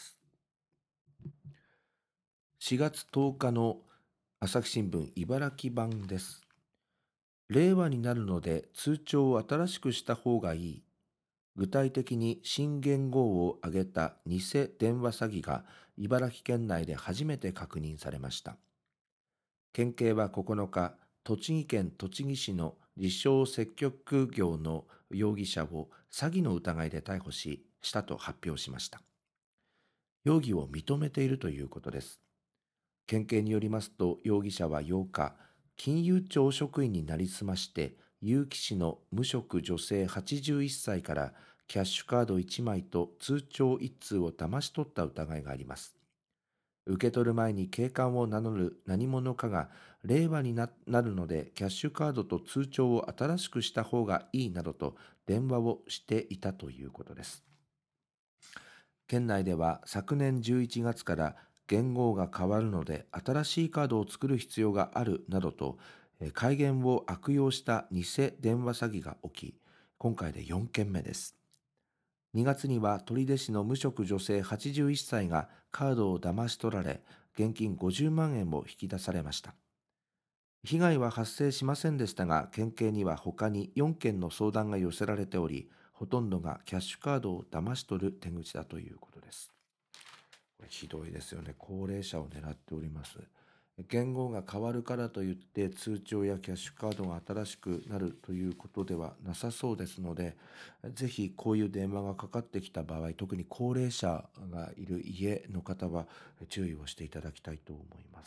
。4月10日の朝日新聞茨城版です。令和になるので通帳を新しくした方がいい。具体的に新元号を挙げた偽電話詐欺が茨城県内で初めて確認されました。県警は9日、栃木県栃木市の自称接客業の容疑者を詐欺の疑いで逮捕したと発表しました。容疑を認めているということです。県警によりますと、容疑者は8日、金融庁職員になりすまして、結城市の無職女性81歳からキャッシュカード1枚と通帳1通を騙し取った疑いがあります。受け取る前に警官を名乗る何者かが、令和になるのでキャッシュカードと通帳を新しくした方がいいなどと電話をしていたということです。県内では昨年11月から元号が変わるので新しいカードを作る必要があるなどと、改元を悪用した偽電話詐欺が起き、今回で4件目です。2月には取手市の無職女性81歳がカードを騙し取られ、現金50万円を引き出されました。被害は発生しませんでしたが、県警には他に4件の相談が寄せられており、ほとんどがキャッシュカードを騙し取る手口だということです。これひどいですよね。高齢者を狙っております。 元号が変わるからといって通帳やキャッシュカードが新しくなるということではなさそうですので、ぜひこういう電話がかかってきた場合、特に高齢者がいる家の方は注意をしていただきたいと思います。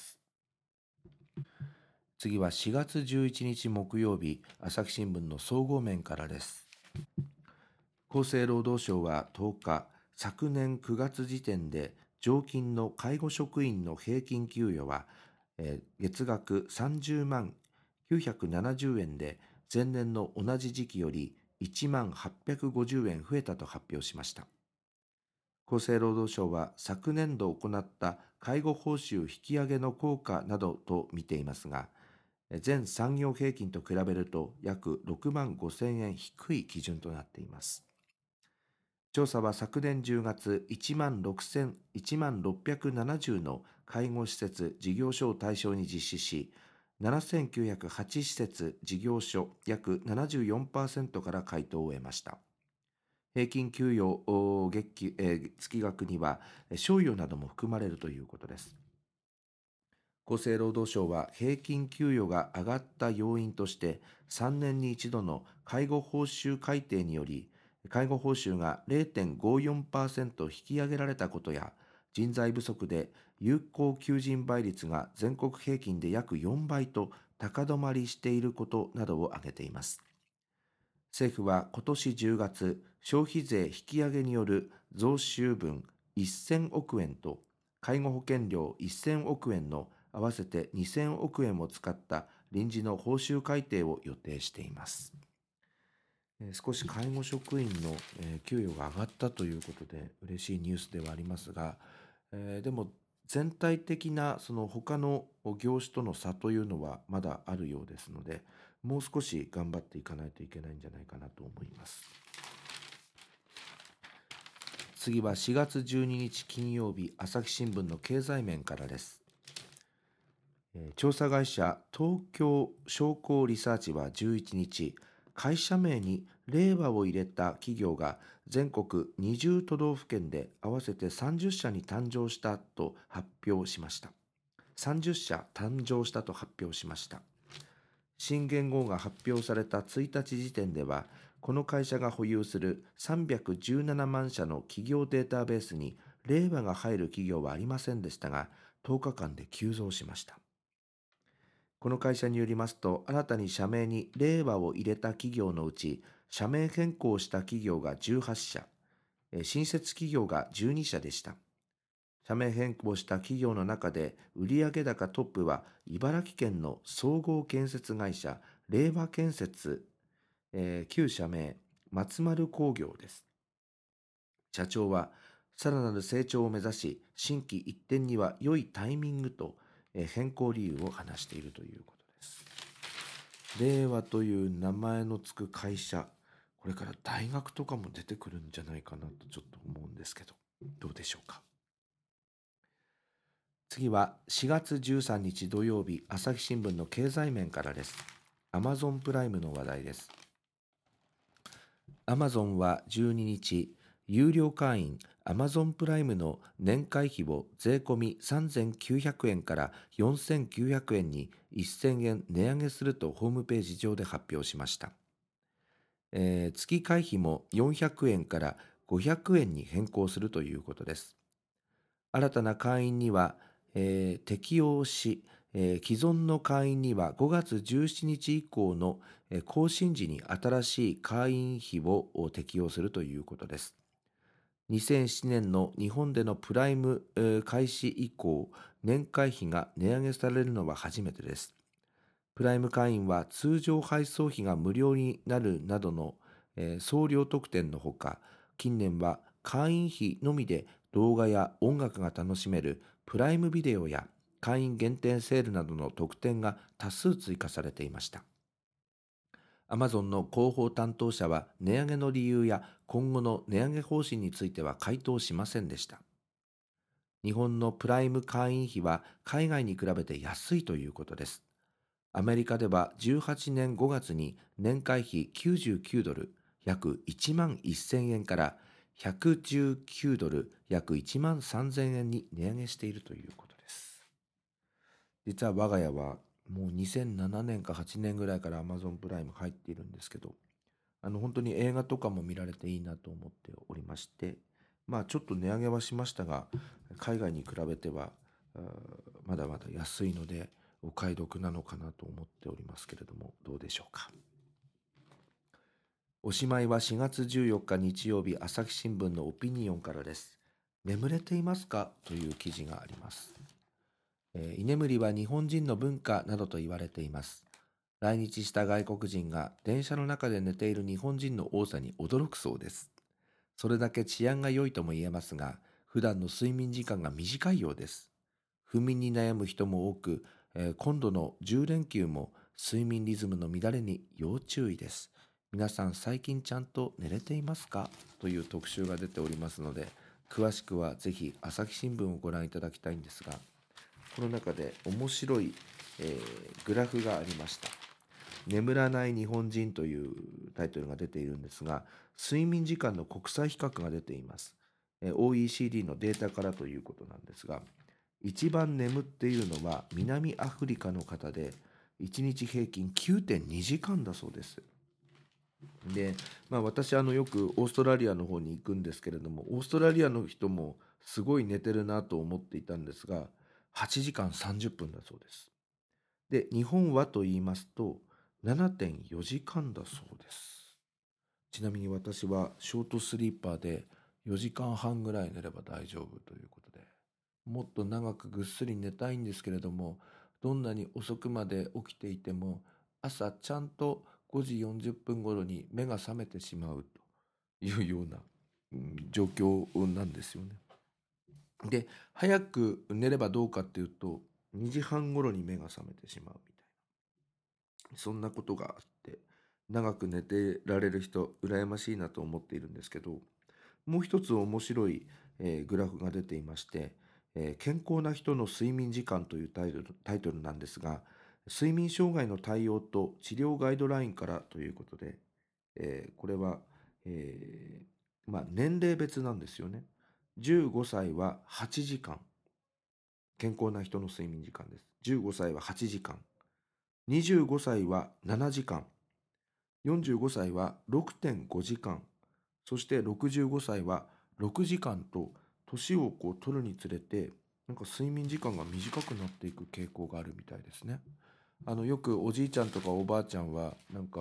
次は4月11日木曜日、朝日新聞の総合面からです。厚生労働省は10日、昨年9月時点で常勤の介護職員の平均給与は、月額30万970円で前年の同じ時期より1万850円増えたと発表しました。厚生労働省は昨年度行った介護報酬引き上げの効果などと見ていますが、全産業平均と比べると約6万5000円低い基準となっています。調査は昨年10月1万670の介護施設事業所を対象に実施し、7908施設事業所約 74% から回答を得ました。平均給与月額には賞与なども含まれるということです。厚生労働省は平均給与が上がった要因として3年に一度の介護報酬改定により介護報酬が 0.54% 引き上げられたことや人材不足で有効求人倍率が全国平均で約4倍と高止まりしていることなどを挙げています。政府は今年10月消費税引き上げによる増収分1000億円と介護保険料1000億円の合わせて2000億円を使った臨時の報酬改定を予定しています。少し介護職員の給与が上がったということで嬉しいニュースではありますが、でも全体的なその他の業種との差というのはまだあるようですので、もう少し頑張っていかないといけないんじゃないかなと思います。次は4月12日金曜日、朝日新聞の経済面からです。調査会社東京商工リサーチは11日、会社名に令和を入れた企業が全国20都道府県で合わせて30社に誕生したと発表しました。30社誕生したと発表しました。新元号が発表された1日時点では、この会社が保有する317万社の企業データベースに令和が入る企業はありませんでしたが、10日間で急増しました。この会社によりますと、新たに社名に令和を入れた企業のうち、社名変更した企業が18社、新設企業が12社でした。社名変更した企業の中で、売上高トップは茨城県の総合建設会社、令和建設、旧社名、松丸工業です。社長は、さらなる成長を目指し、新規一転には良いタイミングと、変更理由を話しているということです。令和という名前のつく会社、これから大学とかも出てくるんじゃないかなとちょっと思うんですけど、どうでしょうか。次は4月13日土曜日、朝日新聞の経済面からです。Amazon プライムの話題です。Amazon は12日、有料会員 Amazon プライムの年会費を税込み3900円から4900円に1000円値上げするとホームページ上で発表しました。月会費も400円から500円に変更するということです。新たな会員には、適用し、既存の会員には5月17日以降の、更新時に新しい会員費を適用するということです。2007年の日本でのプライム、開始以降、年会費が値上げされるのは初めてです。プライム会員は通常配送費が無料になるなどの、送料特典のほか、近年は会員費のみで動画や音楽が楽しめるプライムビデオや会員限定セールなどの特典が多数追加されていました。Amazon の広報担当者は値上げの理由や今後の値上げ方針については回答しませんでした。日本のプライム会員費は海外に比べて安いということです。アメリカでは18年5月に年会費99ドル約1万1000円から119ドル約1万3000円に値上げしているということです。 実は我が家はもう2007年か8年ぐらいから Amazon プライム入っているんですけど、本当に映画とかも見られていいなと思っておりまして、ちょっと値上げはしましたが、海外に比べてはまだまだ安いのでお買い得なのかなと思っておりますけれども、どうでしょうか。おしまいは4月14日日曜日、朝日新聞のオピニオンからです。眠れていますかという記事があります。居眠りは日本人の文化などと言われています。来日した外国人が電車の中で寝ている日本人の多さに驚くそうです。それだけ治安が良いとも言えますが、普段の睡眠時間が短いようです。不眠に悩む人も多く、今度の10連休も睡眠リズムの乱れに要注意です。皆さん最近ちゃんと寝れていますかという特集が出ておりますので、詳しくはぜひ朝日新聞をご覧いただきたいんですが、この中で面白い、グラフがありました。眠らない日本人というタイトルが出ているんですが、睡眠時間の国際比較が出ています。OECD のデータからということなんですが、一番眠っているのは南アフリカの方で、1日平均 9.2 時間だそうです。で、私よくオーストラリアの方に行くんですけれども、オーストラリアの人もすごい寝てるなと思っていたんですが、8時間30分だそうです。で、日本はと言いますと 7.4 時間だそうです。ちなみに私はショートスリーパーで4時間半ぐらい寝れば大丈夫ということで、もっと長くぐっすり寝たいんですけれども、どんなに遅くまで起きていても朝ちゃんと5時40分頃に目が覚めてしまうというような、状況なんですよね。で、早く寝ればどうかっていうと、2時半頃に目が覚めてしまうみたいな、そんなことがあって、長く寝てられる人羨ましいなと思っているんですけど、もう一つ面白い、グラフが出ていまして、健康な人の睡眠時間というタイトルなんですが、睡眠障害の対応と治療ガイドラインからということで、これは、年齢別なんですよね。15歳は8時間。健康な人の睡眠時間です。15歳は8時間。25歳は7時間。45歳は 6.5 時間。そして65歳は6時間と、年を取るにつれて、睡眠時間が短くなっていく傾向があるみたいですね。よくおじいちゃんとかおばあちゃんは、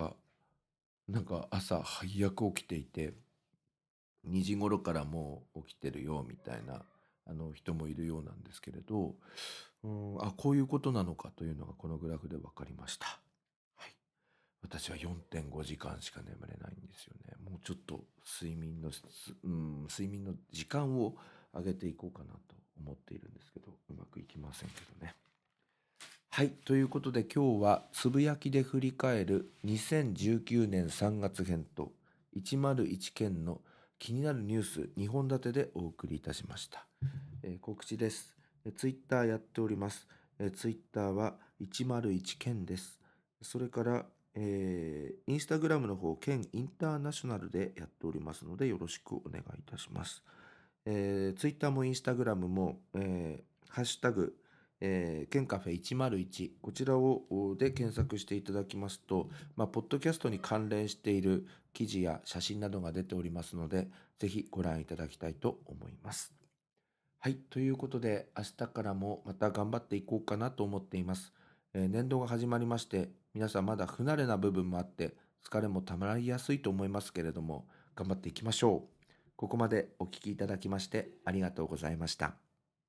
朝早く起きていて、2時頃からもう起きてるよみたいな人もいるようなんですけれど、こういうことなのかというのがこのグラフで分かりました。はい。私は 4.5 時間しか眠れないんですよね。もうちょっと睡眠の時間を上げていこうかなと思っているんですけど、うまくいきませんけどね。はい。ということで今日はつぶやきで振り返る2019年3月編と101件の気になるニュース2本立てでお送りいたしました。告知です。ツイッターやっております。ツイッターは101件です。それから、インスタグラムの方、県インターナショナルでやっておりますので、よろしくお願いいたします。ツイッターもインスタグラムも、ハッシュタグ、県カフェ101、こちらで検索していただきますと、ポッドキャストに関連している記事や写真などが出ておりますので、ぜひご覧いただきたいと思います。はい、ということで、明日からもまた頑張っていこうかなと思っています。年度が始まりまして、皆さんまだ不慣れな部分もあって、疲れもたまりやすいと思いますけれども、頑張っていきましょう。ここまでお聞きいただきましてありがとうございました。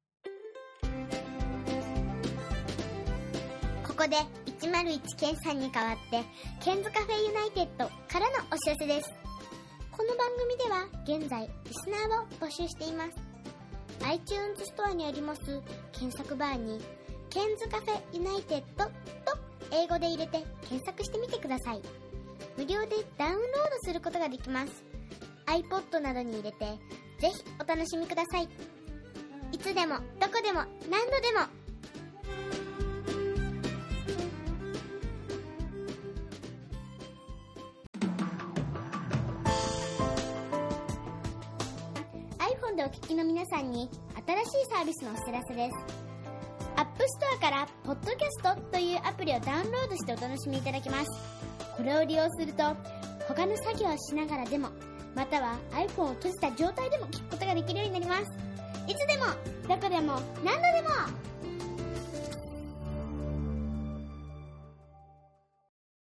ここで101ケンさんに代わってケンズカフェユナイテッドからのお知らせです。この番組では現在リスナーを募集しています。 iTunes ストアにあります検索バーにケンズカフェユナイテッドと英語で入れて検索してみてください。無料でダウンロードすることができます。 iPod などに入れてぜひお楽しみください。いつでもどこでも何度でも。iPhone でお聞きの皆さんに新しいサービスのお知らせです。 App Store からポッドキャストというアプリをダウンロードしてお楽しみいただけます。これを利用すると他の作業をしながらでも、または iPhone を閉じた状態でも聞くことができるようになります。いつでもどこでも何度でも